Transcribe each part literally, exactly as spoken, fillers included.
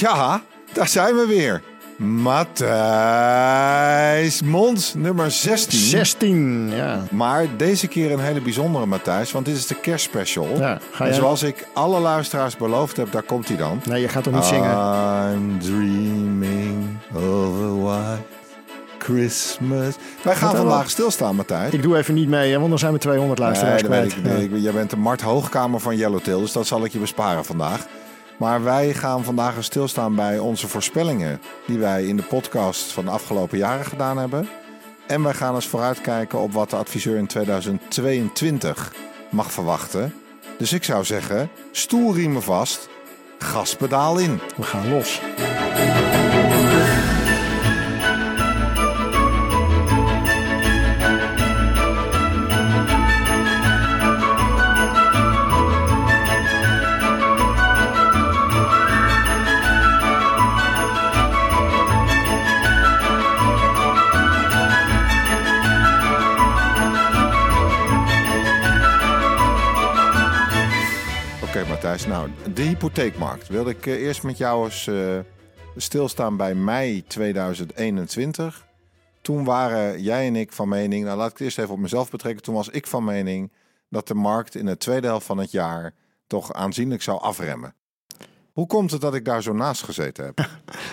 Ja, daar zijn we weer. Matthijs Mons, nummer zestien. zestien, ja. Maar deze keer een hele bijzondere Matthijs, want dit is de kerstspecial. Ja, ga je... En zoals ik alle luisteraars beloofd heb, daar komt hij dan. Nee, je gaat toch niet zingen? I'm dreaming of a white Christmas. Wij gaan vandaag stilstaan, Matthijs. Ik doe even niet mee, hè, want dan zijn we tweehonderd luisteraars nee, kwijt. Ik, ja. Jij bent de Mart Hoogkamer van Yellowtail, dus dat zal ik je besparen vandaag. Maar wij gaan vandaag eens stilstaan bij onze voorspellingen die wij in de podcast van de afgelopen jaren gedaan hebben. En wij gaan eens vooruitkijken op wat de adviseur in tweeduizend tweeëntwintig mag verwachten. Dus ik zou zeggen, stoelriemen vast, gaspedaal in. We gaan los. Nou, de hypotheekmarkt. Wilde ik uh, eerst met jou eens uh, stilstaan bij mei tweeduizend eenentwintig. Toen waren jij en ik van mening, nou laat ik het eerst even op mezelf betrekken. Toen was ik van mening dat de markt in de tweede helft van het jaar toch aanzienlijk zou afremmen. Hoe komt het dat ik daar zo naast gezeten heb?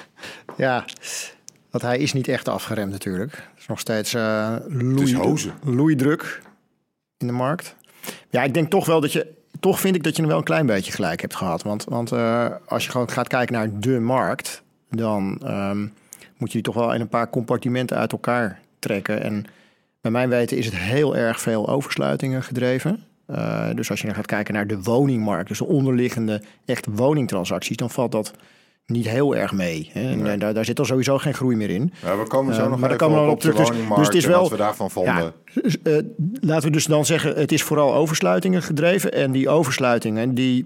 Ja, want hij is niet echt afgeremd natuurlijk. Het is nog steeds uh, loei, loeidruk in de markt. Ja, ik denk toch wel dat je... Toch vind ik dat je wel een klein beetje gelijk hebt gehad. Want, want uh, als je gewoon gaat kijken naar de markt... dan um, moet je die toch wel in een paar compartimenten uit elkaar trekken. En bij mijn weten is het heel erg veel oversluitingen gedreven. Uh, dus als je dan gaat kijken naar de woningmarkt... dus de onderliggende echt woningtransacties... dan valt dat niet heel erg mee. Hè? Nee. Daar, daar zit al sowieso geen groei meer in. Ja, we komen zo uh, nog maar even op, op de terug. woningmarkt dus het is wel, en wat we daarvan vonden. Ja, uh, laten we dus dan zeggen, het is vooral oversluitingen gedreven. En die oversluitingen, die,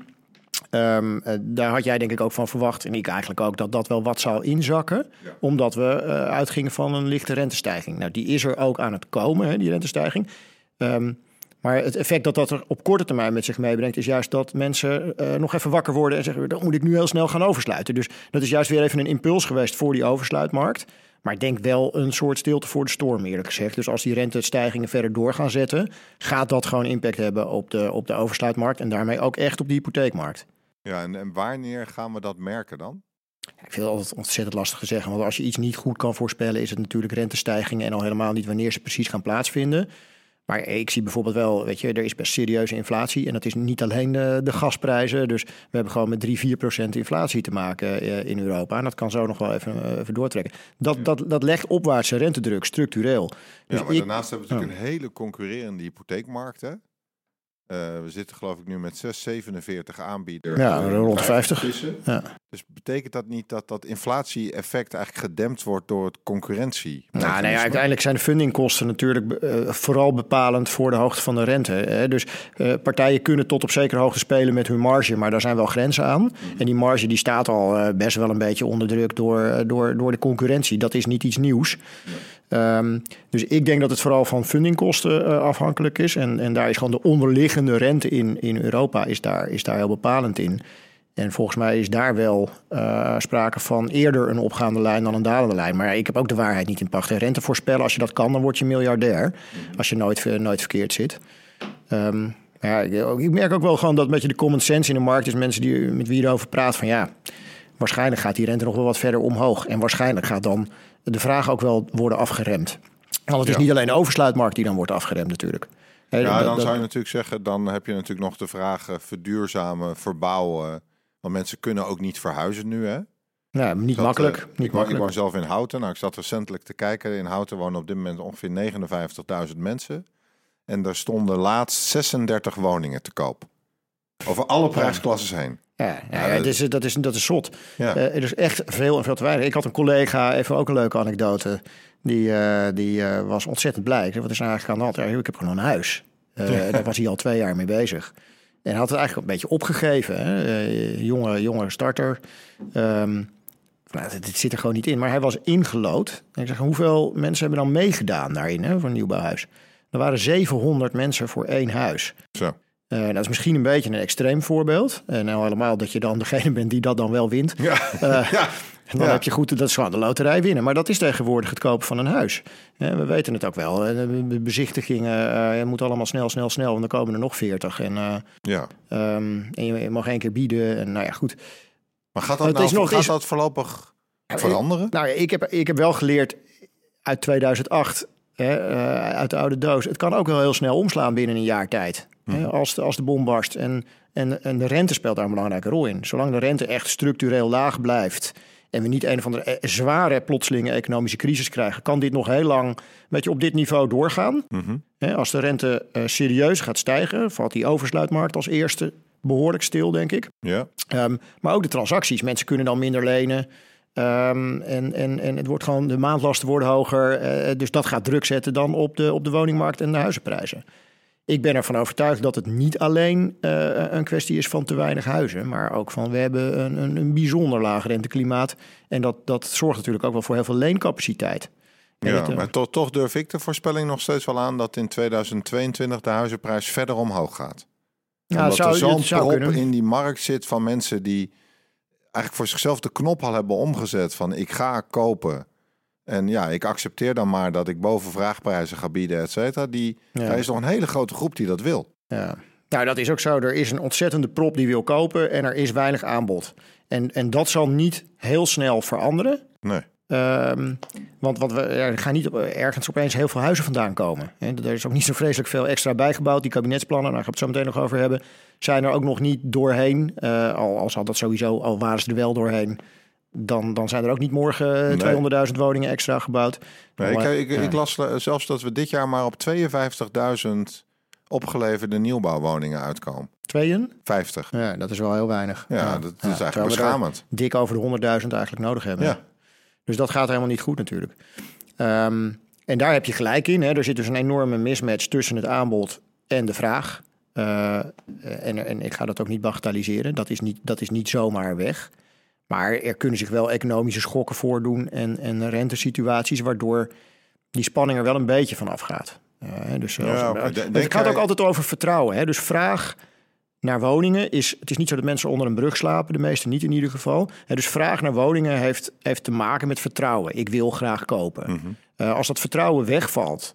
um, uh, daar had jij denk ik ook van verwacht... en ik eigenlijk ook, dat dat wel wat zou inzakken. Ja. Omdat we uh, uitgingen van een lichte rentestijging. Nou, die is er ook aan het komen, hè, die rentestijging. Um, Maar het effect dat dat er op korte termijn met zich meebrengt... is juist dat mensen uh, nog even wakker worden en zeggen... dan moet ik nu heel snel gaan oversluiten. Dus dat is juist weer even een impuls geweest voor die oversluitmarkt. Maar ik denk wel een soort stilte voor de storm, eerlijk gezegd. Dus als die rentestijgingen verder door gaan zetten... gaat dat gewoon impact hebben op de, op de oversluitmarkt... en daarmee ook echt op de hypotheekmarkt. Ja, en, en wanneer gaan we dat merken dan? Ik vind het altijd ontzettend lastig te zeggen. Want als je iets niet goed kan voorspellen... is het natuurlijk rentestijgingen... en al helemaal niet wanneer ze precies gaan plaatsvinden... Maar ik zie bijvoorbeeld wel, weet je, er is best serieuze inflatie. En dat is niet alleen de, de gasprijzen. Dus we hebben gewoon met drie, vier procent inflatie te maken uh, in Europa. En dat kan zo nog wel even, uh, even doortrekken. Dat, ja. dat, dat legt opwaartse rentedruk, structureel. Dus ja, maar ik, daarnaast hebben we natuurlijk oh. een hele concurrerende hypotheekmarkt, hè? Uh, we zitten geloof ik nu met zes, zevenenveertig aanbieders. Ja, rond de vijftig. Ja. Dus betekent dat niet dat dat inflatie-effect eigenlijk gedempt wordt door het concurrentie? Nou, nee, uiteindelijk zijn de fundingkosten natuurlijk uh, vooral bepalend voor de hoogte van de rente. Hè? Dus uh, partijen kunnen tot op zekere hoogte spelen met hun marge, maar daar zijn wel grenzen aan. Mm-hmm. En die marge die staat al uh, best wel een beetje onder druk door, uh, door, door de concurrentie. Dat is niet iets nieuws. Nee. Um, dus ik denk dat het vooral van fundingkosten uh, afhankelijk is. En, en daar is gewoon de onderliggende rente in, in Europa is daar, is daar heel bepalend in. En volgens mij is daar wel uh, sprake van eerder een opgaande lijn dan een dalende lijn. Maar ik heb ook de waarheid niet in pacht. En rente voorspellen, als je dat kan, dan word je miljardair. Als je nooit, nooit verkeerd zit. Um, ja, ik, ik merk ook wel gewoon dat een beetje de common sense in de markt is. Mensen die, met wie je erover praat van ja, waarschijnlijk gaat die rente nog wel wat verder omhoog. En waarschijnlijk gaat dan de vraag ook wel worden afgeremd. Want het is ja. niet alleen de oversluitmarkt die dan wordt afgeremd natuurlijk. Ja, dat, dan dat, zou je natuurlijk zeggen, dan heb je natuurlijk nog de vragen verduurzamen, verbouwen. Want mensen kunnen ook niet verhuizen nu, hè? Ja, niet dat, makkelijk. Uh, niet ik, makkelijk. ik woon zelf in Houten. Nou, ik zat recentelijk te kijken. In Houten wonen op dit moment ongeveer negenenvijftigduizend mensen. En er stonden laatst zesendertig woningen te koop. Over alle prijsklasses heen. Ja, ja, ja, dat, is, dat, is, dat is zot. Ja. Uh, er is echt veel en veel te weinig. Ik had een collega, even ook een leuke anekdote... die, uh, die uh, was ontzettend blij. Wat is er eigenlijk aan de hand? Ja, ik heb gewoon een huis. Uh, ja. Daar was hij al twee jaar mee bezig. En hij had het eigenlijk een beetje opgegeven. Hè? Uh, jonge, jonge starter. Um, nou, dit zit er gewoon niet in. Maar hij was ingelood. En ik zeg, hoeveel mensen hebben dan meegedaan daarin, hè, voor een nieuwbouwhuis? Er waren zevenhonderd mensen voor één huis. Zo. Uh, dat is misschien een beetje een extreem voorbeeld. En nou helemaal dat je dan degene bent die dat dan wel wint. Ja. Uh, ja. En dan ja. heb je goed, dat is gewoon de loterij winnen. Maar dat is tegenwoordig het kopen van een huis. Uh, we weten het ook wel. De bezichtigingen, uh, je moet allemaal snel, snel, snel. Want dan komen er nog veertig. En, uh, ja. um, en je, je mag één keer bieden. En nou ja, goed. Maar gaat dat, nou, nog, gaat is, dat voorlopig uh, veranderen? Nou, ik heb, ik heb wel geleerd uit tweeduizend acht, hè, uh, uit de oude doos. Het kan ook wel heel snel omslaan binnen een jaar tijd. Hmm. Hè, als, de, als de bom barst. En, en, en de rente speelt daar een belangrijke rol in. Zolang de rente echt structureel laag blijft en we niet een of andere zware plotselinge economische crisis krijgen, kan dit nog heel lang een beetje op dit niveau doorgaan. Mm-hmm. Hè, als de rente uh, serieus gaat stijgen, valt die oversluitmarkt als eerste behoorlijk stil, denk ik. Ja. Um, maar ook de transacties. Mensen kunnen dan minder lenen. Um, en, en, en het wordt gewoon, de maandlasten worden hoger. Uh, dus dat gaat druk zetten dan op de, op de woningmarkt en de huizenprijzen. Ik ben ervan overtuigd dat het niet alleen uh, een kwestie is van te weinig huizen, maar ook van we hebben een, een, een bijzonder laag renteklimaat. En dat, dat zorgt natuurlijk ook wel voor heel veel leencapaciteit. Ja, het, uh, maar toch, toch durf ik de voorspelling nog steeds wel aan dat in tweeduizend tweeëntwintig de huizenprijs verder omhoog gaat. Ja, omdat zou, er zo'n prop kunnen. in die markt zit van mensen die eigenlijk voor zichzelf de knop al hebben omgezet van ik ga kopen. En ja, ik accepteer dan maar dat ik boven vraagprijzen ga bieden, et cetera. Die, ja. Er is nog een hele grote groep die dat wil. Ja. Nou, dat is ook zo. Er is een ontzettende prop die wil kopen en er is weinig aanbod. En, en dat zal niet heel snel veranderen. Nee. Um, want wat we, er gaan niet op, ergens opeens heel veel huizen vandaan komen. He, er is ook niet zo vreselijk veel extra bijgebouwd. Die kabinetsplannen, daar gaan we het zo meteen nog over hebben, zijn er ook nog niet doorheen. Uh, al, al zal dat sowieso, al waren ze er wel doorheen, Dan, dan zijn er ook niet morgen nee. tweehonderdduizend woningen extra gebouwd. Nee, maar, ik, ik, ja. ik las zelfs dat we dit jaar maar op tweeënvijftigduizend opgeleverde nieuwbouwwoningen uitkomen. Tweeën? vijftig. Ja, dat is wel heel weinig. Ja, ja. dat is ja, eigenlijk beschamend. Dik over de honderdduizend eigenlijk nodig hebben. Ja. Dus dat gaat helemaal niet goed natuurlijk. Um, en daar heb je gelijk in. Hè. Er zit dus een enorme mismatch tussen het aanbod en de vraag. Uh, en, en ik ga dat ook niet bagatelliseren. Dat is niet, dat is niet zomaar weg. Maar er kunnen zich wel economische schokken voordoen en, en rentesituaties waardoor die spanning er wel een beetje van afgaat. Uh, dus ja, als, uh, denk het gaat ook altijd over vertrouwen. Hè? Dus vraag naar woningen is... Het is niet zo dat mensen onder een brug slapen, de meeste niet in ieder geval. Uh, dus vraag naar woningen heeft, heeft te maken met vertrouwen. Ik wil graag kopen. Mm-hmm. Uh, als dat vertrouwen wegvalt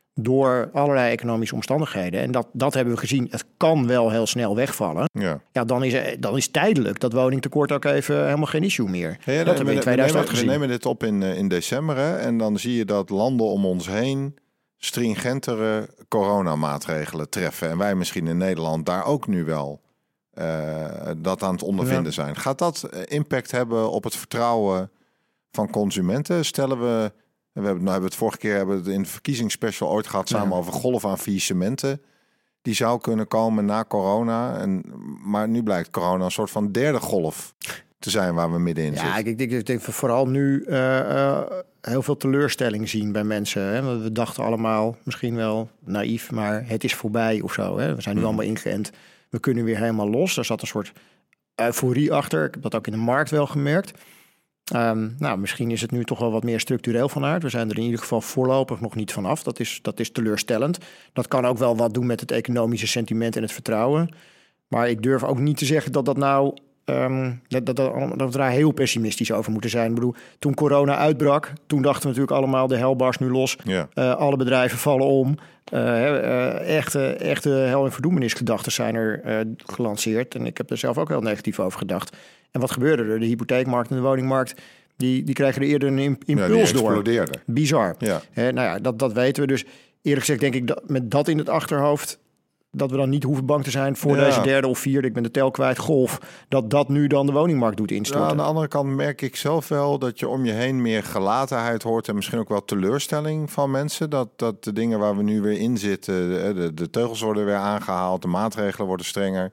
door allerlei economische omstandigheden, en dat, dat hebben we gezien, het kan wel heel snel wegvallen. Ja, ja dan, is, dan is tijdelijk dat woningtekort ook even helemaal geen issue meer. Ja, ja, dat hebben we in tweeduizend acht gezien. We nemen dit op in, in december, hè, en dan zie je dat landen om ons heen stringentere coronamaatregelen treffen. En wij misschien in Nederland daar ook nu wel uh, dat aan het ondervinden ja. zijn. Gaat dat impact hebben op het vertrouwen van consumenten? Stellen we... We hebben, nou hebben we het vorige keer hebben we het in de verkiezingsspecial ooit gehad samen ja. over golf aan faillissementen. Die zou kunnen komen na corona. En, maar nu blijkt corona een soort van derde golf te zijn waar we middenin ja, zitten. Ik denk, ik denk vooral nu uh, uh, heel veel teleurstelling zien bij mensen. Hè? We dachten allemaal, misschien wel naïef, maar het is voorbij of zo. Hè? We zijn nu mm. allemaal ingeënt. We kunnen weer helemaal los. Er zat een soort euforie achter. Ik heb dat ook in de markt wel gemerkt. Um, nou, misschien is het nu toch wel wat meer structureel van aard. We zijn er in ieder geval voorlopig nog niet vanaf. Dat is, dat is teleurstellend. Dat kan ook wel wat doen met het economische sentiment en het vertrouwen. Maar ik durf ook niet te zeggen dat dat nou... Um, dat, dat, dat, dat we daar heel pessimistisch over moeten zijn. Ik bedoel, toen corona uitbrak, toen dachten we natuurlijk allemaal de hel barst nu los. Ja. Uh, alle bedrijven vallen om. Uh, uh, echte, echte hel- en verdoemenisgedachten zijn er uh, gelanceerd. En ik heb er zelf ook heel negatief over gedacht. En wat gebeurde er? De hypotheekmarkt en de woningmarkt, die, die kregen er eerder een imp- impuls ja, door. Bizar. Ja. Uh, nou ja, dat, dat weten we. Dus eerlijk gezegd denk ik dat met dat in het achterhoofd, dat we dan niet hoeven bang te zijn voor ja. deze derde of vierde, ik ben de tel kwijt, golf, dat dat nu dan de woningmarkt doet instorten. Ja, aan de andere kant merk ik zelf wel dat je om je heen meer gelatenheid hoort en misschien ook wel teleurstelling van mensen. Dat, dat de dingen waar we nu weer in zitten, de, de, de teugels worden weer aangehaald, de maatregelen worden strenger.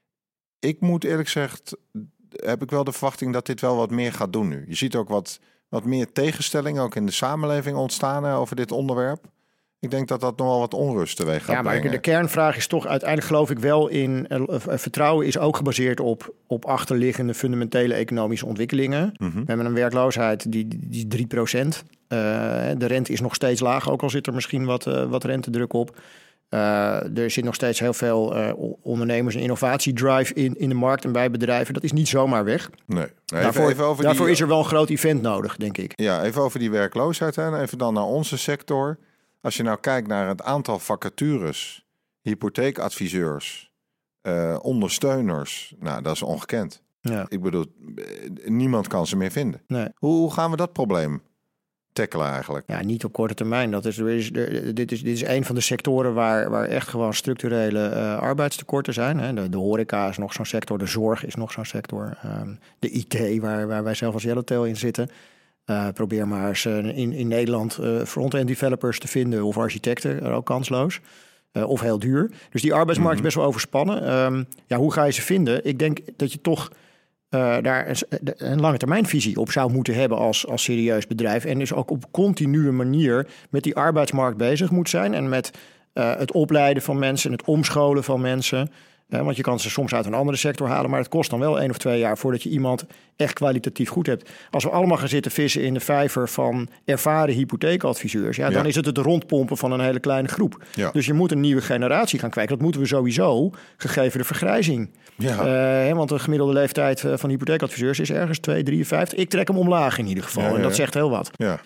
Ik moet eerlijk gezegd, heb ik wel de verwachting dat dit wel wat meer gaat doen nu. Je ziet ook wat, wat meer tegenstelling ook in de samenleving ontstaan over dit onderwerp. Ik denk dat dat nogal wat onrust teweeg gaat ja, maar brengen. De kernvraag is toch, uiteindelijk geloof ik wel in... Uh, vertrouwen is ook gebaseerd op, op achterliggende fundamentele economische ontwikkelingen. Mm-hmm. We hebben een werkloosheid die, die drie procent. Uh, de rente is nog steeds laag, ook al zit er misschien wat, uh, wat rentedruk op. Uh, er zit nog steeds heel veel uh, ondernemers en innovatiedrive in, in de markt en bij bedrijven. Dat is niet zomaar weg. Nee. nee daarvoor even, even over daarvoor die, is er wel een groot event nodig, denk ik. Ja, even over die werkloosheid. Hè. Even dan naar onze sector. Als je nou kijkt naar het aantal vacatures, hypotheekadviseurs, uh, ondersteuners. Nou, dat is ongekend. Ja. Ik bedoel, niemand kan ze meer vinden. Nee. Hoe, hoe gaan we dat probleem tackelen eigenlijk? Ja, niet op korte termijn. Dat is, is, dit, is, dit is een van de sectoren waar, waar echt gewoon structurele uh, arbeidstekorten zijn. Hè. De, de horeca is nog zo'n sector, de zorg is nog zo'n sector. Um, de I T, waar, waar wij zelf als Yellowtail in zitten. Uh, probeer maar eens uh, in, in Nederland uh, front-end developers te vinden of architecten, uh, ook kansloos. Uh, of heel duur. Dus die arbeidsmarkt mm-hmm. is best wel overspannen. Um, ja, hoe ga je ze vinden? Ik denk dat je toch Uh, daar een, een lange termijnvisie op zou moeten hebben als, als serieus bedrijf. En dus ook op continue manier met die arbeidsmarkt bezig moet zijn. En met uh, het opleiden van mensen, het omscholen van mensen. Uh, want je kan ze soms uit een andere sector halen, maar het kost dan wel één of twee jaar voordat je iemand echt kwalitatief goed hebt. Als we allemaal gaan zitten vissen in de vijver van ervaren hypotheekadviseurs, ja, dan ja. is het het rondpompen van een hele kleine groep. Ja. Dus je moet een nieuwe generatie gaan kweken. Dat moeten we sowieso, gegeven de vergrijzing. Ja. Uh, hè, want de gemiddelde leeftijd van hypotheekadviseurs is ergens twee, drieënvijftig. Ik trek hem omlaag in ieder geval. Ja, ja, ja. En dat zegt heel wat. Ja.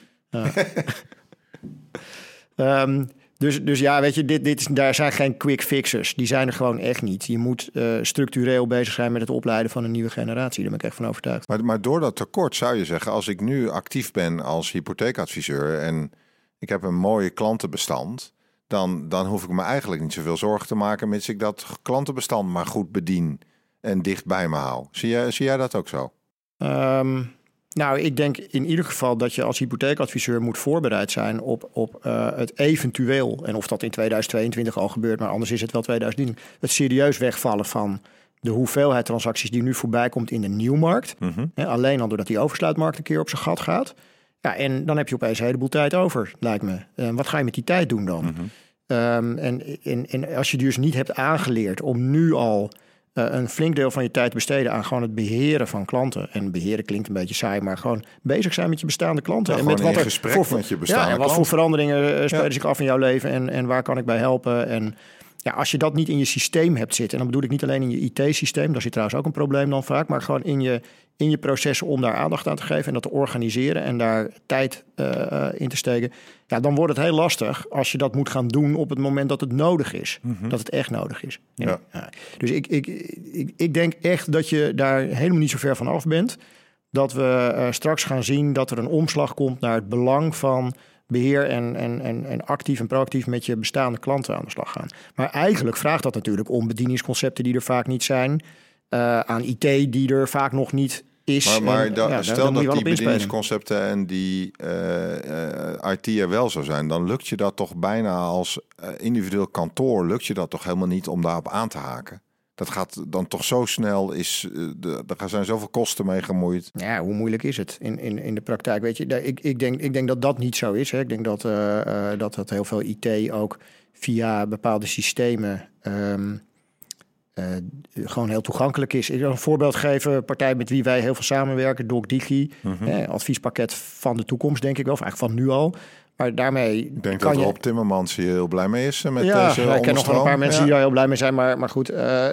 Uh. um, Dus, dus ja, weet je, dit, dit is, daar zijn geen quick fixes. Die zijn er gewoon echt niet. Je moet uh, structureel bezig zijn met het opleiden van een nieuwe generatie. Daar ben ik echt van overtuigd. Maar, maar door dat tekort zou je zeggen, als ik nu actief ben als hypotheekadviseur en ik heb een mooie klantenbestand, dan, dan hoef ik me eigenlijk niet zoveel zorgen te maken, mits ik dat klantenbestand maar goed bedien en dicht bij me hou. Zie jij, zie jij dat ook zo? Um... Nou, ik denk in ieder geval dat je als hypotheekadviseur moet voorbereid zijn op, op uh, het eventueel, en of dat in tweeduizend tweeëntwintig al gebeurt, maar anders is het wel tweeduizend dertien, het serieus wegvallen van de hoeveelheid transacties die nu voorbij komt in de nieuwmarkt. Mm-hmm. Hè, alleen al doordat die oversluitmarkt een keer op zijn gat gaat. Ja, en dan heb je opeens een heleboel tijd over, lijkt me. Uh, wat ga je met die tijd doen dan? Mm-hmm. Um, en, en, en als je dus niet hebt aangeleerd om nu al Uh, een flink deel van je tijd besteden aan gewoon het beheren van klanten. En beheren klinkt een beetje saai, maar gewoon bezig zijn met je bestaande klanten. Ja, en met wat er gesprek voor, met je bestaande ja, en wat klanten. voor veranderingen uh, spelen ja. zich af in jouw leven en, en waar kan ik bij helpen? En ja, als je dat niet in je systeem hebt zitten, en dan bedoel ik niet alleen in je I T-systeem, daar zit trouwens ook een probleem dan vaak, maar gewoon in je, in je processen om daar aandacht aan te geven en dat te organiseren en daar tijd uh, in te steken. Ja, dan wordt het heel lastig als je dat moet gaan doen op het moment dat het nodig is. Mm-hmm. Dat het echt nodig is. En, ja. Ja. Dus ik, ik, ik, ik denk echt dat je daar helemaal niet zo ver van af bent. Dat we uh, straks gaan zien dat er een omslag komt naar het belang van beheer en, en, en, en actief en proactief met je bestaande klanten aan de slag gaan. Maar eigenlijk vraagt dat natuurlijk om bedieningsconcepten die er vaak niet zijn, uh, aan I T die er vaak nog niet is. Maar, maar en, da, ja, stel dat die bedieningsconcepten en die uh, uh, I T er wel zou zijn, dan lukt je dat toch bijna als uh, individueel kantoor, lukt je dat toch helemaal niet om daarop aan te haken? Dat gaat dan toch zo snel, is, uh, de, er zijn zoveel kosten mee gemoeid. Ja, hoe moeilijk is het in, in, in de praktijk? Weet je, ik, ik, denk, ik denk dat dat niet zo is. Hè. Ik denk dat, uh, uh, dat dat heel veel I T ook via bepaalde systemen Um, Uh, gewoon heel toegankelijk is. Ik wil een voorbeeld geven. Een partij met wie wij heel veel samenwerken, DocDigi. Mm-hmm. Eh, adviespakket van de toekomst, denk ik wel. Of eigenlijk van nu al. Maar daarmee ik denk kan dat je... Rob Timmermans hier heel blij mee is met ja, deze Ja, ik ken nog wel een paar mensen ja. die daar heel blij mee zijn. Maar, maar goed, uh,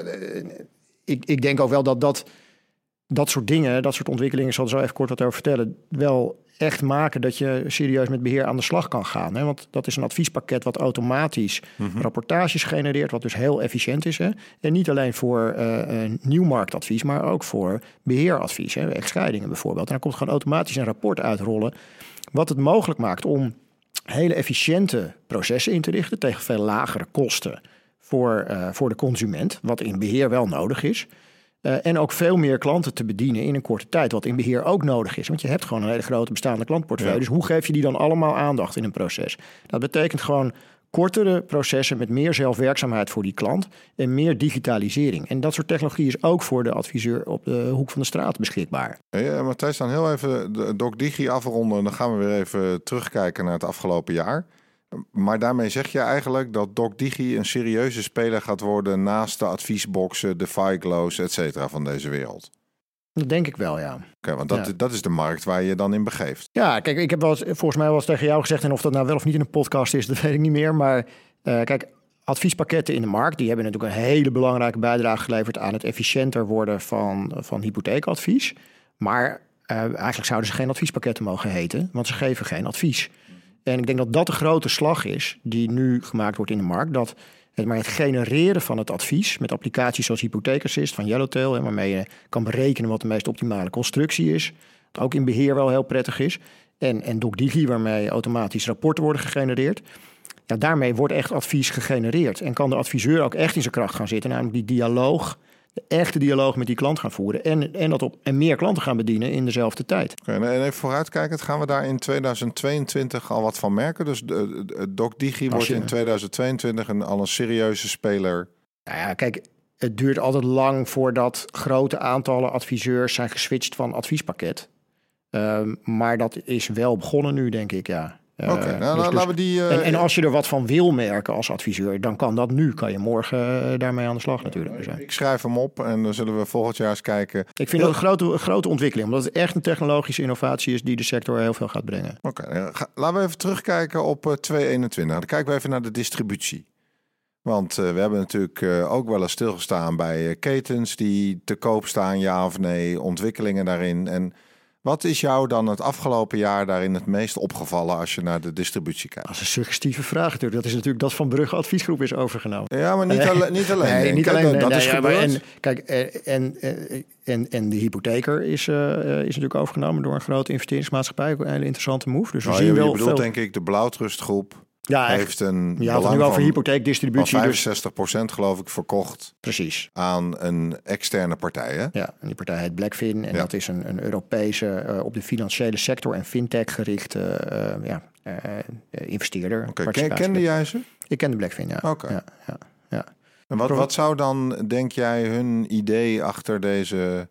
ik, ik denk ook wel dat, dat dat soort dingen, dat soort ontwikkelingen, ik zal er zo even kort wat over vertellen, wel echt maken dat je serieus met beheer aan de slag kan gaan. Hè? Want dat is een adviespakket wat automatisch mm-hmm. rapportages genereert, wat dus heel efficiënt is. Hè? En niet alleen voor uh, uh, nieuwmarktadvies, maar ook voor beheeradvies. Hè? Echtscheidingen bijvoorbeeld. En dan komt gewoon automatisch een rapport uitrollen, wat het mogelijk maakt om hele efficiënte processen in te richten tegen veel lagere kosten voor, uh, voor de consument, wat in beheer wel nodig is. Uh, en ook veel meer klanten te bedienen in een korte tijd, wat in beheer ook nodig is. Want je hebt gewoon een hele grote bestaande klantportefeuille. Ja. Dus hoe geef je die dan allemaal aandacht in een proces? Dat betekent gewoon kortere processen met meer zelfwerkzaamheid voor die klant en meer digitalisering. En dat soort technologie is ook voor de adviseur op de hoek van de straat beschikbaar. Ja, Matthijs, dan heel even de DocDigi afronden. Dan gaan we weer even terugkijken naar het afgelopen jaar. Maar daarmee zeg je eigenlijk dat DocDigi een serieuze speler gaat worden naast de adviesboxen, de Figlo's, et cetera van deze wereld. Dat denk ik wel, ja. Oké, okay, want dat, ja. dat is de markt waar je dan in begeeft. Ja, kijk, ik heb wel eens, volgens mij wel eens tegen jou gezegd, en of dat nou wel of niet in een podcast is, dat weet ik niet meer. Maar uh, kijk, adviespakketten in de markt, die hebben natuurlijk een hele belangrijke bijdrage geleverd aan het efficiënter worden van, van hypotheekadvies. Maar uh, eigenlijk zouden ze geen adviespakketten mogen heten, want ze geven geen advies. En ik denk dat dat de grote slag is die nu gemaakt wordt in de markt. Dat het, maar het genereren van het advies met applicaties zoals Hypotheekassist van Yellowtail, hè, waarmee je kan berekenen wat de meest optimale constructie is. Wat ook in beheer wel heel prettig is. En, en DocDigi, waarmee automatisch rapporten worden gegenereerd. Ja, daarmee wordt echt advies gegenereerd. En kan de adviseur ook echt in zijn kracht gaan zitten. Namelijk die dialoog, de echte dialoog met die klant gaan voeren. En, en, dat op, en meer klanten gaan bedienen in dezelfde tijd. Okay, en even vooruitkijkend, gaan we daar in tweeduizend tweeëntwintig al wat van merken? Dus de, de, DocDigi wordt je... in tweeduizend tweeëntwintig een, al een serieuze speler. Nou ja, kijk, het duurt altijd lang voordat grote aantallen adviseurs zijn geswitcht van adviespakket. Um, maar dat is wel begonnen nu, denk ik, ja. Oké, okay, nou, dus, dus, laten we die... Uh... En, en als je er wat van wil merken als adviseur, dan kan dat nu. Kan je morgen uh, daarmee aan de slag natuurlijk. Dus, ik schrijf hem op en dan zullen we volgend jaar eens kijken. Ik vind heel... dat een grote, grote ontwikkeling, omdat het echt een technologische innovatie is die de sector heel veel gaat brengen. Oké, okay, laten we even terugkijken op uh, tweeduizend eenentwintig. Dan kijken we even naar de distributie. Want uh, we hebben natuurlijk uh, ook wel eens stilgestaan bij uh, ketens die te koop staan, ja of nee, ontwikkelingen daarin. En wat is jou dan het afgelopen jaar daarin het meest opgevallen als je naar de distributie kijkt? Dat is een suggestieve vraag natuurlijk. Dat is natuurlijk dat Van Brugge Adviesgroep is overgenomen. Ja, maar niet, alle, niet alleen. Nee, denk, niet alleen. Dat, nee, dat nee, is ja, gebeurd. En, kijk, en, en, en, en de hypotheker is, uh, is natuurlijk overgenomen door een grote investeringsmaatschappij. Een hele interessante move. Dus we oh, zien je, wel je bedoelt veel... denk ik de Blauwtrustgroep. Ja, heeft een je had het nu over hypotheekdistributie. Van vijfenzestig procent dus... geloof ik verkocht. Precies. Aan een externe partij. Hè? Ja, en die partij heet Blackfin. En ja. dat is een, een Europese, uh, op de financiële sector en fintech gerichte uh, ja, uh, investeerder. Okay. Ken, kende jij ze? Ik ken de Blackfin, ja. Oké. Okay. Ja, ja, ja. En wat, wat zou dan, denk jij, hun idee achter deze...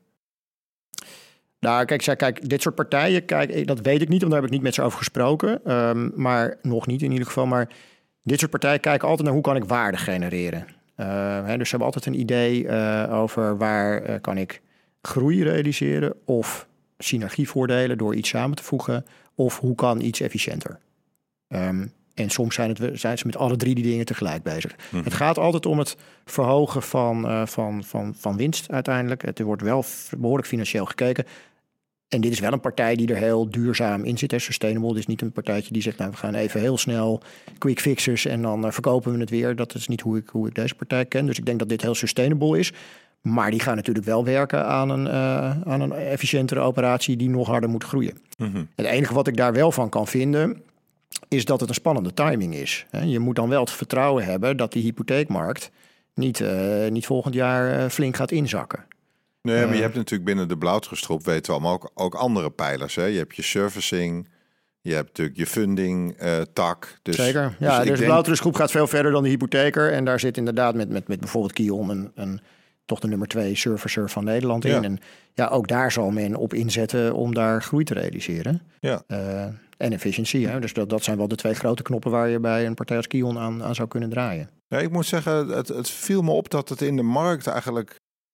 Nou, kijk, kijk, dit soort partijen, kijk, dat weet ik niet, want daar heb ik niet met ze over gesproken. Um, maar nog niet in ieder geval. Maar dit soort partijen kijken altijd naar hoe kan ik waarde genereren. Uh, hè, dus ze hebben altijd een idee uh, over waar uh, kan ik groei realiseren of synergievoordelen door iets samen te voegen. Of hoe kan iets efficiënter. Um, en soms zijn, het, zijn ze met alle drie die dingen tegelijk bezig. Mm-hmm. Het gaat altijd om het verhogen van, uh, van, van, van winst uiteindelijk. Het wordt wel behoorlijk financieel gekeken. En dit is wel een partij die er heel duurzaam in zit. Hè. Sustainable. Dit is niet een partijtje die zegt, nou, we gaan even heel snel quick fixes en dan uh, verkopen we het weer. Dat is niet hoe ik, hoe ik deze partij ken. Dus ik denk dat dit heel sustainable is. Maar die gaan natuurlijk wel werken aan een, uh, aan een efficiëntere operatie die nog harder moet groeien. Mm-hmm. Het enige wat ik daar wel van kan vinden, is dat het een spannende timing is. Je moet dan wel het vertrouwen hebben dat die hypotheekmarkt niet, uh, niet volgend jaar uh, flink gaat inzakken. Nee, maar je hebt natuurlijk binnen de Blauwtrustgroep, weten we allemaal, ook, ook andere pijlers. Hè? Je hebt je servicing, je hebt natuurlijk je funding uh, tak. Dus, Zeker, ja, dus, dus de denk... Blauwtrustgroep gaat veel verder dan de hypotheker. En daar zit inderdaad met, met, met bijvoorbeeld Kion een, een, toch de nummer twee servicer van Nederland in. Ja. En ja, ook daar zal men op inzetten om daar groei te realiseren. Ja. Uh, en efficiëntie. Hè? Dus dat, dat zijn wel de twee grote knoppen waar je bij een partij als Kion aan, aan zou kunnen draaien. Ja, ik moet zeggen, het, het viel me op dat het in de markt eigenlijk...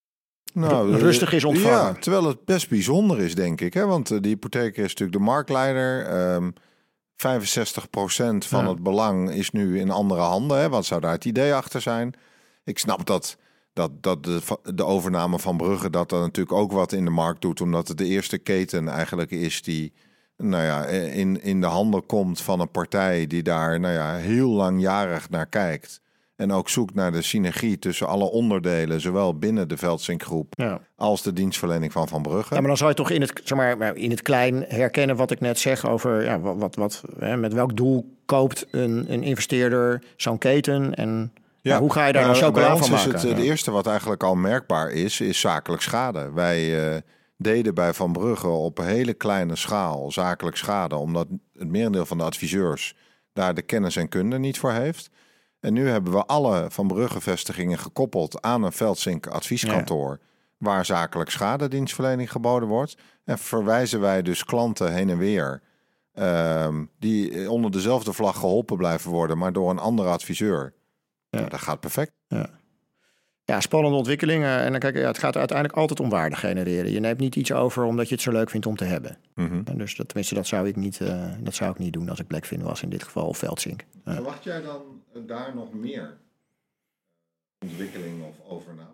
Nou, rustig is ontvangen. Ja, terwijl het best bijzonder is, denk ik. Hè? Want de hypotheek is natuurlijk de marktleider. Um, vijfenzestig procent van ja. het belang is nu in andere handen. Hè? Wat zou daar het idee achter zijn? Ik snap dat, dat, dat de, de overname van Brugge dat er natuurlijk ook wat in de markt doet. Omdat het de eerste keten eigenlijk is die nou ja, in, in de handen komt van een partij die daar nou ja, heel langjarig naar kijkt. En ook zoekt naar de synergie tussen alle onderdelen, zowel binnen de Veldsink-groep ja. als de dienstverlening van Van Brugge. Ja, maar dan zou je toch in het, zeg maar, in het klein herkennen wat ik net zeg over ja, wat, wat, wat, hè, met welk doel koopt een, een investeerder zo'n keten en ja. Ja, hoe ga je daar nou uh, chocola van maken? Is het, het eerste wat eigenlijk al merkbaar is, is zakelijk schade. Wij uh, deden bij Van Brugge op een hele kleine schaal zakelijk schade, omdat het merendeel van de adviseurs daar de kennis en kunde niet voor heeft. En nu hebben we alle Van Brugge-vestigingen gekoppeld aan een Veldsink advieskantoor, ja. waar zakelijk schadedienstverlening geboden wordt. En verwijzen wij dus klanten heen en weer, um, die onder dezelfde vlag geholpen blijven worden, maar door een andere adviseur. Ja. Ja, dat gaat perfect. Ja. Ja, spannende ontwikkelingen. En dan kijk, ja, het gaat uiteindelijk altijd om waarde genereren. Je neemt niet iets over omdat je het zo leuk vindt om te hebben. Mm-hmm. En dus dat, tenminste, dat zou ik niet, uh, dat zou ik niet doen als ik Blackfin was in dit geval of Veldsink. Ja. Verwacht jij dan daar nog meer ontwikkelingen of overnames?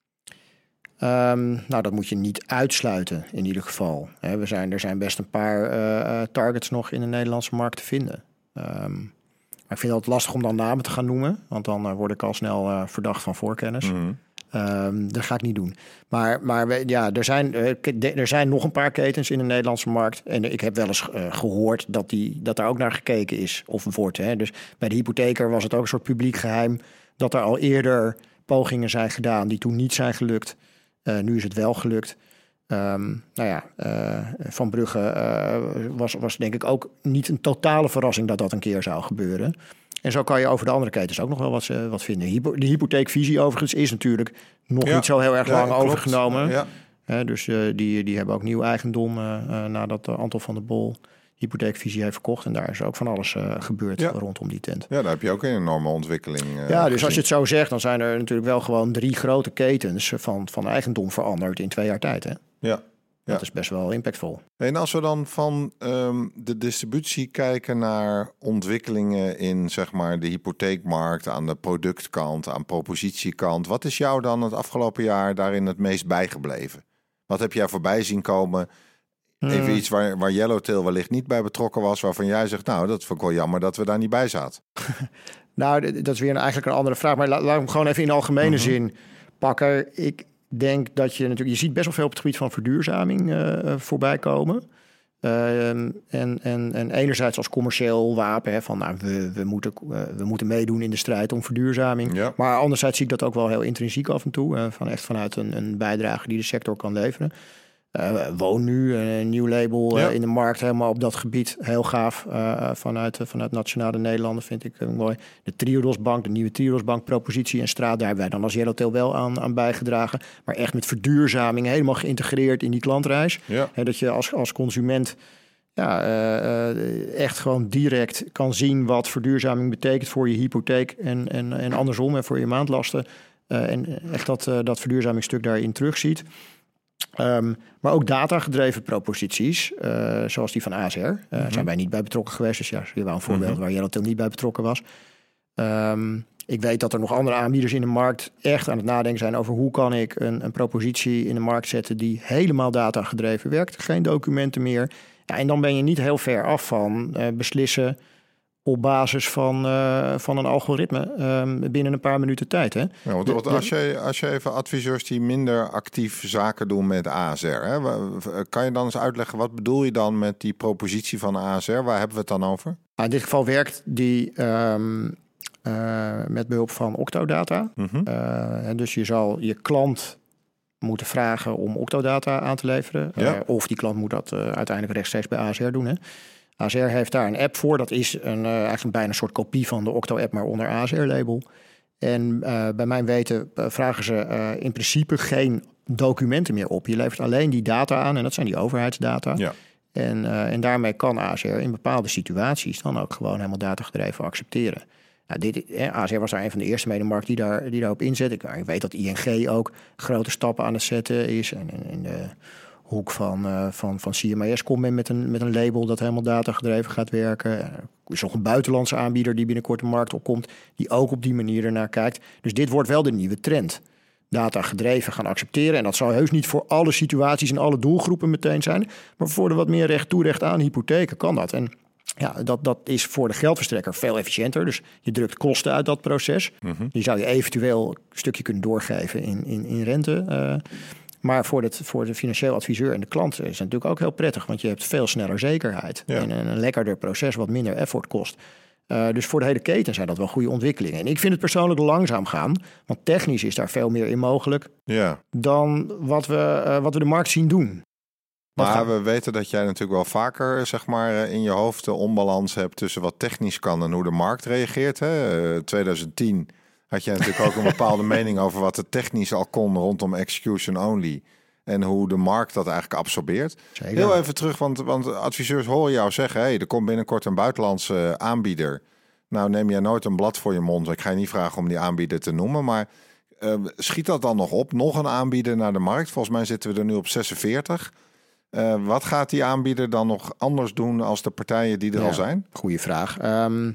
Um, nou, dat moet je niet uitsluiten in ieder geval. He, we zijn, er zijn best een paar uh, targets nog in de Nederlandse markt te vinden. Um, maar ik vind het lastig om dan namen te gaan noemen. Want dan uh, word ik al snel uh, verdacht van voorkennis. Mm-hmm. Um, dat ga ik niet doen. Maar, maar we, ja, er zijn, uh, de, er zijn nog een paar ketens in de Nederlandse markt. En ik heb wel eens uh, gehoord dat, die, dat daar ook naar gekeken is. Of wordt. Hè. Dus bij de hypotheker was het ook een soort publiek geheim. Dat er al eerder pogingen zijn gedaan die toen niet zijn gelukt. Uh, nu is het wel gelukt. Um, nou ja, uh, Van Brugge uh, was, was denk ik ook niet een totale verrassing dat dat een keer zou gebeuren. En zo kan je over de andere ketens ook nog wel wat, uh, wat vinden. Hypo, de hypotheekvisie overigens is natuurlijk nog ja. niet zo heel erg lang ja, overgenomen. Ja. Uh, dus uh, die, die hebben ook nieuw eigendom uh, uh, nadat uh, Anton van der Bol hypotheekvisie heeft verkocht. En daar is ook van alles uh, gebeurd ja. rondom die tent. Ja, daar heb je ook een enorme ontwikkeling uh, Ja, dus gezien. Als je het zo zegt, dan zijn er natuurlijk wel gewoon drie grote ketens van, van eigendom veranderd in twee jaar tijd. Hè? Ja. Ja. Dat is best wel impactvol. En als we dan van um, de distributie kijken naar ontwikkelingen in zeg maar de hypotheekmarkt, aan de productkant, aan propositiekant. Wat is jou dan het afgelopen jaar daarin het meest bijgebleven? Wat heb jij voorbij zien komen? Even hmm. iets waar, waar Yellowtail wellicht niet bij betrokken was, waarvan jij zegt, nou, dat vond ik wel jammer dat we daar niet bij zaten. Nou, dat is weer een, eigenlijk een andere vraag. Maar laat, laat hem gewoon even in de algemene mm-hmm. zin pakken. Ik denk dat je natuurlijk, je ziet best wel veel op het gebied van verduurzaming uh, voorbij komen. Uh, en, en, en enerzijds als commercieel wapen, hè, van nou, we, we, moeten, uh, we moeten meedoen in de strijd om verduurzaming. Ja. Maar anderzijds zie ik dat ook wel heel intrinsiek af en toe. Uh, van echt vanuit een, een bijdrage die de sector kan leveren. Uh, Woon nu, een nieuw label uh, ja. in de markt, helemaal op dat gebied. Heel gaaf, uh, vanuit, uh, vanuit Nationale Nederlanden vind ik uh, mooi. De Triodosbank, de nieuwe Triodosbank propositie en straat, daar hebben wij dan als Yellowtail wel aan, aan bijgedragen. Maar echt met verduurzaming, helemaal geïntegreerd in die klantreis. Ja. He, dat je als, als consument ja, uh, uh, echt gewoon direct kan zien wat verduurzaming betekent voor je hypotheek en, en, en andersom, en voor je maandlasten. Uh, en echt dat, uh, dat verduurzamingsstuk daarin terugziet. Um, maar ook datagedreven proposities, uh, zoals die van A S R. Uh, mm-hmm. Zijn wij niet bij betrokken geweest. Dus ja, je wou een voorbeeld mm-hmm. waar Yellowtail niet bij betrokken was. Um, ik weet dat er nog andere aanbieders in de markt echt aan het nadenken zijn over hoe kan ik een, een propositie in de markt zetten die helemaal datagedreven werkt. Geen documenten meer. Ja, en dan ben je niet heel ver af van uh, beslissen op basis van, uh, van een algoritme um, binnen een paar minuten tijd. Hè? Ja, want, want als, je, als je even adviseurs die minder actief zaken doen met A S R... Hè, kan je dan eens uitleggen, wat bedoel je dan met die propositie van A S R? Waar hebben we het dan over? In dit geval werkt die um, uh, met behulp van Octodata. Mm-hmm. Uh, en dus je zal je klant moeten vragen om Octodata aan te leveren. Ja. Uh, of die klant moet dat uh, uiteindelijk rechtstreeks bij A S R doen, hè? A S R heeft daar een app voor. Dat is een, uh, eigenlijk bijna een soort kopie van de Octo-app, maar onder A S R-label. En uh, bij mijn weten uh, vragen ze uh, in principe geen documenten meer op. Je levert alleen die data aan en dat zijn die overheidsdata. Ja. En, uh, en daarmee kan A S R in bepaalde situaties dan ook gewoon helemaal datagedreven accepteren. Nou, dit, eh, A S R was daar een van de eerste mee in de markt die, daar, die daarop inzet. Ik, ik weet dat I N G ook grote stappen aan het zetten is. En in de hoek van, uh, van, van C M I S komt men met een, met een label dat helemaal datagedreven gaat werken. Er is nog een buitenlandse aanbieder die binnenkort de markt opkomt, die ook op die manier ernaar kijkt. Dus dit wordt wel de nieuwe trend. Datagedreven gaan accepteren. En dat zal heus niet voor alle situaties en alle doelgroepen meteen zijn. Maar voor de wat meer recht toe recht aan hypotheken kan dat. En ja, dat, dat is voor de geldverstrekker veel efficiënter. Dus je drukt kosten uit dat proces. Mm-hmm. Die zou je eventueel een stukje kunnen doorgeven in, in, in rente. Uh, maar voor, het, voor de financieel adviseur en de klant is het natuurlijk ook heel prettig. Want je hebt veel sneller zekerheid. Ja. En een, een lekkerder proces wat minder effort kost. Uh, dus voor de hele keten zijn dat wel goede ontwikkelingen. En ik vind het persoonlijk langzaam gaan. Want technisch is daar veel meer in mogelijk. Ja. Dan wat we, uh, wat we de markt zien doen. Maar we weten dat jij natuurlijk wel vaker zeg maar, in je hoofd de onbalans hebt tussen wat technisch kan en hoe de markt reageert. Hè? Uh, twintig tien had jij natuurlijk ook een bepaalde mening over wat er technisch al kon rondom execution only. En hoe de markt dat eigenlijk absorbeert. Zeker. Heel even terug, want, want adviseurs horen jou zeggen, hey, er komt binnenkort een buitenlandse aanbieder. Nou neem jij nooit een blad voor je mond. Ik ga je niet vragen om die aanbieder te noemen, maar uh, schiet dat dan nog op? Nog een aanbieder naar de markt? Volgens mij zitten we er nu op zesenveertig. Uh, wat gaat die aanbieder dan nog anders doen als de partijen die er ja, al zijn? Goeie vraag. Um,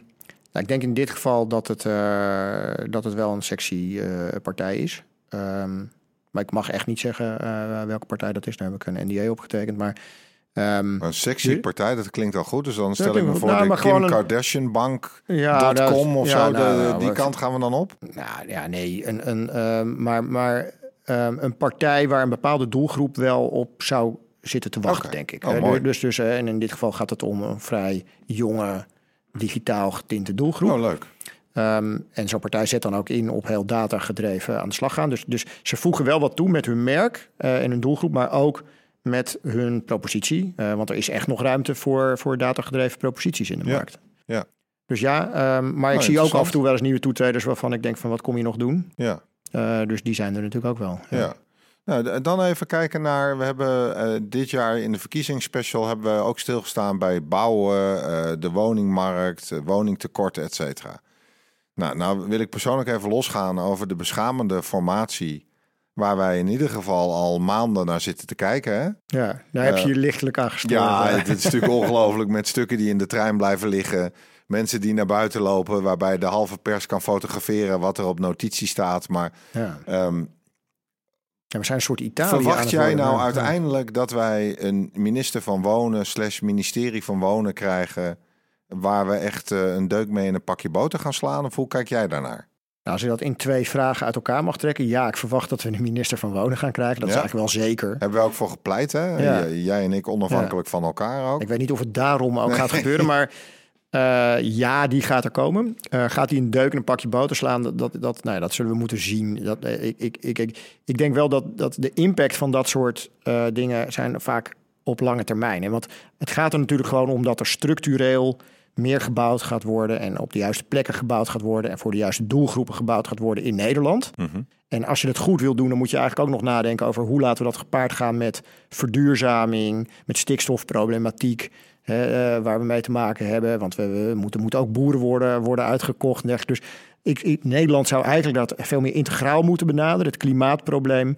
Nou, ik denk in dit geval dat het, uh, dat het wel een sexy uh, partij is. Um, maar ik mag echt niet zeggen uh, welke partij dat is. Daar heb ik een N D A opgetekend. Maar, um, maar een sexy partij, dat klinkt al goed. Dus dan stel ik me voor nou, de Kim een... Kardashian Bank ja, dot com of ja, zo. Nou, de, nou, die wat... kant gaan we dan op? Nou ja, nee. Een, een, uh, maar maar um, een partij waar een bepaalde doelgroep wel op zou zitten te wachten, okay. denk ik. Oh, uh, mooi. Dus, dus, uh, en in dit geval gaat het om een vrij jonge, digitaal getinte doelgroep. Oh, leuk. Um, en zo'n partij zet dan ook in op heel data gedreven aan de slag gaan. Dus, dus ze voegen wel wat toe met hun merk uh, en hun doelgroep, maar ook met hun propositie. Uh, want er is echt nog ruimte voor, voor data gedreven proposities in de ja. markt. Ja. Dus ja, um, maar ik oh, zie ook af en toe wel eens nieuwe toetreders waarvan ik denk van wat kom je nog doen? Ja. Uh, dus die zijn er natuurlijk ook wel. Ja. ja. Nou, dan even kijken naar, we hebben uh, dit jaar in de verkiezingsspecial hebben we ook stilgestaan bij bouwen, uh, de woningmarkt, uh, woningtekort, et cetera. Nou, nou wil ik persoonlijk even losgaan over de beschamende formatie waar wij in ieder geval al maanden naar zitten te kijken. Hè? Ja, daar heb je je uh, lichtelijk aangestoken. Ja, het is natuurlijk ongelooflijk met stukken die in de trein blijven liggen. Mensen die naar buiten lopen, waarbij de halve pers kan fotograferen wat er op notitie staat. Maar ja. Um, ja, we zijn een soort Italië. verwacht jij nou ja. uiteindelijk dat wij een minister van Wonen slash ministerie van Wonen krijgen waar we echt uh, een deuk mee in een pakje boter gaan slaan? Of hoe kijk jij daarnaar? Nou, als je dat in twee vragen uit elkaar mag trekken. Ja, ik verwacht dat we een minister van Wonen gaan krijgen. Dat ja. is eigenlijk wel zeker. Hebben we ook voor gepleit, hè? Ja. Jij en ik onafhankelijk ja. van elkaar ook. Ik weet niet of het daarom ook nee. gaat gebeuren, maar uh, ja, die gaat er komen. Uh, gaat hij een deuk in een pakje boter slaan? Dat, dat, dat, nou ja, dat zullen we moeten zien. Dat, uh, ik, ik, ik, ik, ik denk wel dat, dat de impact van dat soort uh, dingen zijn vaak op lange termijn. En want het gaat er natuurlijk gewoon om dat er structureel meer gebouwd gaat worden en op de juiste plekken gebouwd gaat worden en voor de juiste doelgroepen gebouwd gaat worden in Nederland. Mm-hmm. En als je het goed wil doen, dan moet je eigenlijk ook nog nadenken over hoe laten we dat gepaard gaan met verduurzaming, met stikstofproblematiek, hè, uh, waar we mee te maken hebben. Want we, we moeten, moeten ook boeren worden, worden uitgekocht. En dus ik, ik, Nederland zou eigenlijk dat veel meer integraal moeten benaderen. Het klimaatprobleem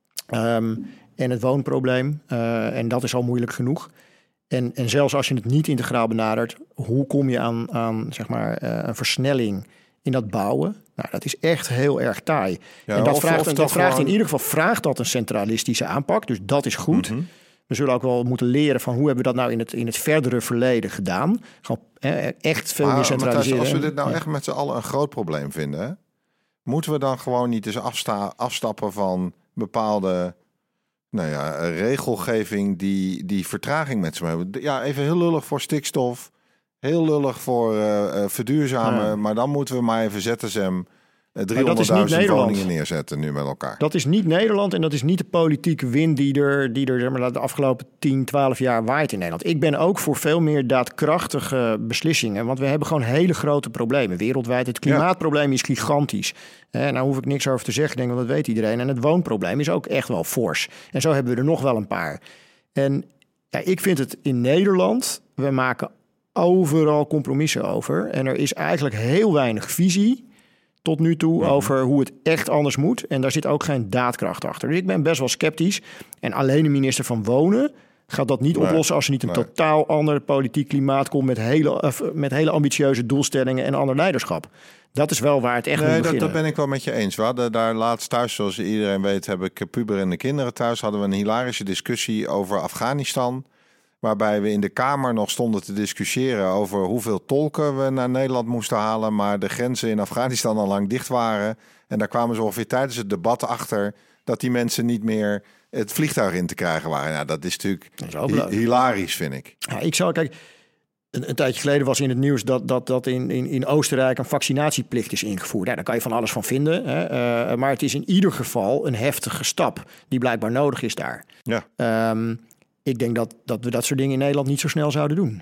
um, en het woonprobleem. Uh, en dat is al moeilijk genoeg. En, en zelfs als je het niet integraal benadert, hoe kom je aan, aan zeg maar, uh, een versnelling in dat bouwen? Nou, dat is echt heel erg taai. Ja, en dat, of, vraagt, of dat vraagt gewoon in ieder geval vraagt dat een centralistische aanpak. Dus dat is goed. Mm-hmm. We zullen ook wel moeten leren van hoe hebben we dat nou in het, in het verdere verleden gedaan. Gewoon eh, echt veel maar, meer centraliseren. Matthijs, als we dit nou ja. echt met z'n allen een groot probleem vinden, hè? Moeten we dan gewoon niet eens afsta- afstappen van bepaalde nou ja, regelgeving die, die vertraging met zich hebben? Ja, even heel lullig voor stikstof. Heel lullig voor uh, verduurzamen. Ja. Maar dan moeten we maar even Z S M driehonderdduizend woningen neerzetten nu met elkaar. Dat is niet Nederland en dat is niet de politieke wind die er, die er zeg maar, de afgelopen tien, twaalf jaar waait in Nederland. Ik ben ook voor veel meer daadkrachtige beslissingen. Want we hebben gewoon hele grote problemen wereldwijd. Het klimaatprobleem is gigantisch. Eh, nou hoef ik niks over te zeggen, denk ik, want dat weet iedereen. En het woonprobleem is ook echt wel fors. En zo hebben we er nog wel een paar. En ja, ik vind het in Nederland, we maken overal compromissen over. En er is eigenlijk heel weinig visie tot nu toe mm-hmm. over hoe het echt anders moet. En daar zit ook geen daadkracht achter. Dus ik ben best wel sceptisch. En alleen de minister van Wonen gaat dat niet nee, oplossen als er niet een nee. totaal ander politiek klimaat komt met hele, uh, met hele ambitieuze doelstellingen en ander leiderschap. Dat is wel waar het echt nee, moet beginnen. Dat, dat ben ik wel met je eens. We hadden daar laatst thuis, zoals iedereen weet, heb ik puberende kinderen thuis. Hadden we een hilarische discussie over Afghanistan. Waarbij we in de Kamer nog stonden te discussiëren over hoeveel tolken we naar Nederland moesten halen. Maar de grenzen in Afghanistan al lang dicht waren. En daar kwamen ze ongeveer tijdens het debat achter dat die mensen niet meer het vliegtuig in te krijgen waren. Nou, dat is natuurlijk dat is hi- hilarisch, vind ik. Ja, ik zou, kijk, een, een tijdje geleden was in het nieuws dat, dat, dat in, in, in Oostenrijk een vaccinatieplicht is ingevoerd. Ja, daar kan je van alles van vinden. Hè? Uh, maar het is in ieder geval een heftige stap die blijkbaar nodig is daar. Ja. Um, Ik denk dat, dat we dat soort dingen in Nederland niet zo snel zouden doen.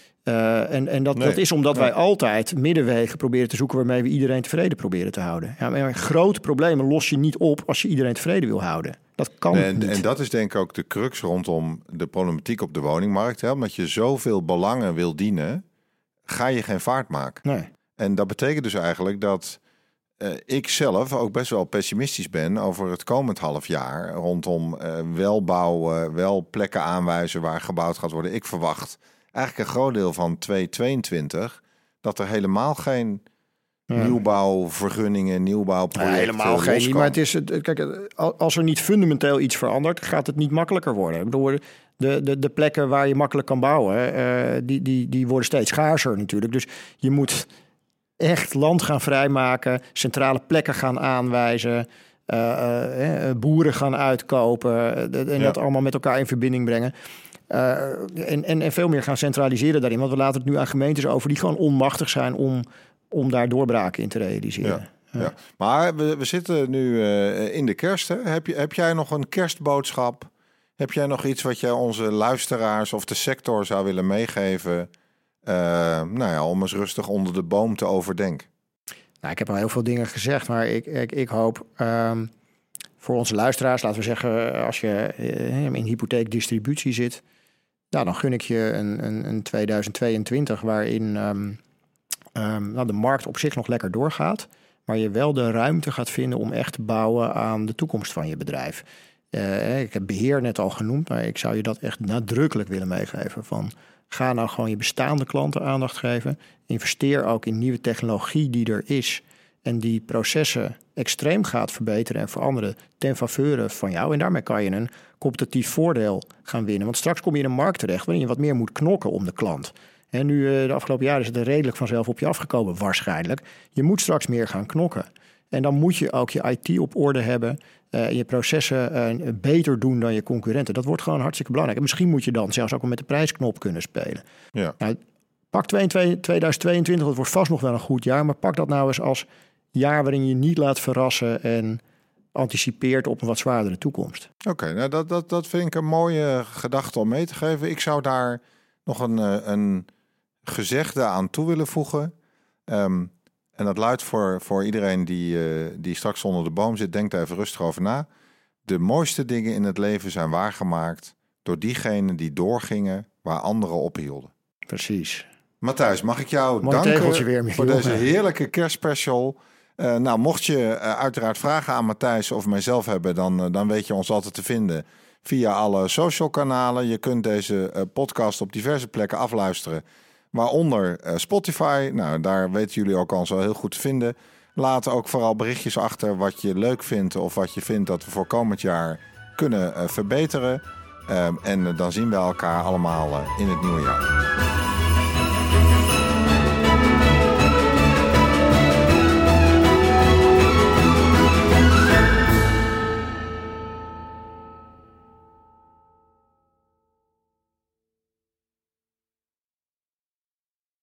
Uh, en en dat, nee, dat is omdat nee. wij altijd middenwegen proberen te zoeken waarmee we iedereen tevreden proberen te houden. Ja, maar grote problemen los je niet op als je iedereen tevreden wil houden. Dat kan en, niet. En dat is denk ik ook de crux rondom de problematiek op de woningmarkt. Hè? Omdat je zoveel belangen wil dienen, ga je geen vaart maken. Nee. En dat betekent dus eigenlijk dat Uh, ik zelf ook best wel pessimistisch ben over het komend half jaar rondom uh, wel bouwen, wel plekken aanwijzen waar gebouwd gaat worden. Ik verwacht eigenlijk een groot deel van tweeduizend tweeëntwintig dat er helemaal geen Ja. nieuwbouwvergunningen, nieuwbouwprojecten... Ja, helemaal geen. loskomen. Maar het is, het- kijk, als er niet fundamenteel iets verandert, gaat het niet makkelijker worden. Ik bedoel, de, de, de plekken waar je makkelijk kan bouwen, uh, die, die, die worden steeds schaarser natuurlijk. Dus je moet echt land gaan vrijmaken, centrale plekken gaan aanwijzen, uh, uh, boeren gaan uitkopen uh, en Ja. dat allemaal met elkaar in verbinding brengen. Uh, en, en, en veel meer gaan centraliseren daarin. Want we laten het nu aan gemeentes over die gewoon onmachtig zijn om, om daar doorbraken in te realiseren. Ja. Ja. Maar we, we zitten nu uh, in de kerst. Hè? Heb, je, heb jij nog een kerstboodschap? Heb jij nog iets wat jij onze luisteraars of de sector zou willen meegeven? Uh, nou ja, om eens rustig onder de boom te overdenken. Nou, ik heb al heel veel dingen gezegd, maar ik, ik, ik hoop um, voor onze luisteraars, laten we zeggen, als je uh, in hypotheekdistributie zit, nou, dan gun ik je een, een, een tweeduizend tweeëntwintig waarin um, um, nou, de markt op zich nog lekker doorgaat, maar je wel de ruimte gaat vinden om echt te bouwen aan de toekomst van je bedrijf. Uh, ik heb beheer net al genoemd, maar ik zou je dat echt nadrukkelijk willen meegeven. Van, ga nou gewoon je bestaande klanten aandacht geven. Investeer ook in nieuwe technologie die er is en die processen extreem gaat verbeteren en veranderen ten faveur van jou. En daarmee kan je een competitief voordeel gaan winnen. Want straks kom je in een markt terecht waarin je wat meer moet knokken om de klant. En nu de afgelopen jaren is het er redelijk vanzelf op je afgekomen, waarschijnlijk. Je moet straks meer gaan knokken. En dan moet je ook je I T op orde hebben. Uh, je processen uh, beter doen dan je concurrenten. Dat wordt gewoon hartstikke belangrijk. En misschien moet je dan zelfs ook al met de prijsknop kunnen spelen. Ja. Nou, pak tweeduizend tweeëntwintig, dat wordt vast nog wel een goed jaar. Maar pak dat nou eens als jaar waarin je niet laat verrassen en anticipeert op een wat zwaardere toekomst. Oké, okay, nou dat, dat, dat vind ik een mooie gedachte om mee te geven. Ik zou daar nog een, een gezegde aan toe willen voegen. Um, En dat luidt voor, voor iedereen die, uh, die straks onder de boom zit, denkt even rustig over na. De mooiste dingen in het leven zijn waargemaakt door diegenen die doorgingen waar anderen ophielden. Precies. Matthijs, mag ik jou Mooi danken weer, voor deze heerlijke kerstspecial. Uh, nou, mocht je uh, uiteraard vragen aan Matthijs of mijzelf hebben, dan, uh, dan weet je ons altijd te vinden via alle social kanalen. Je kunt deze uh, podcast op diverse plekken afluisteren. Waaronder uh, Spotify. Nou, daar weten jullie ook al zo heel goed te vinden. Laat ook vooral berichtjes achter wat je leuk vindt of wat je vindt dat we voor komend jaar kunnen uh, verbeteren. Uh, en uh, dan zien we elkaar allemaal uh, in het nieuwe jaar.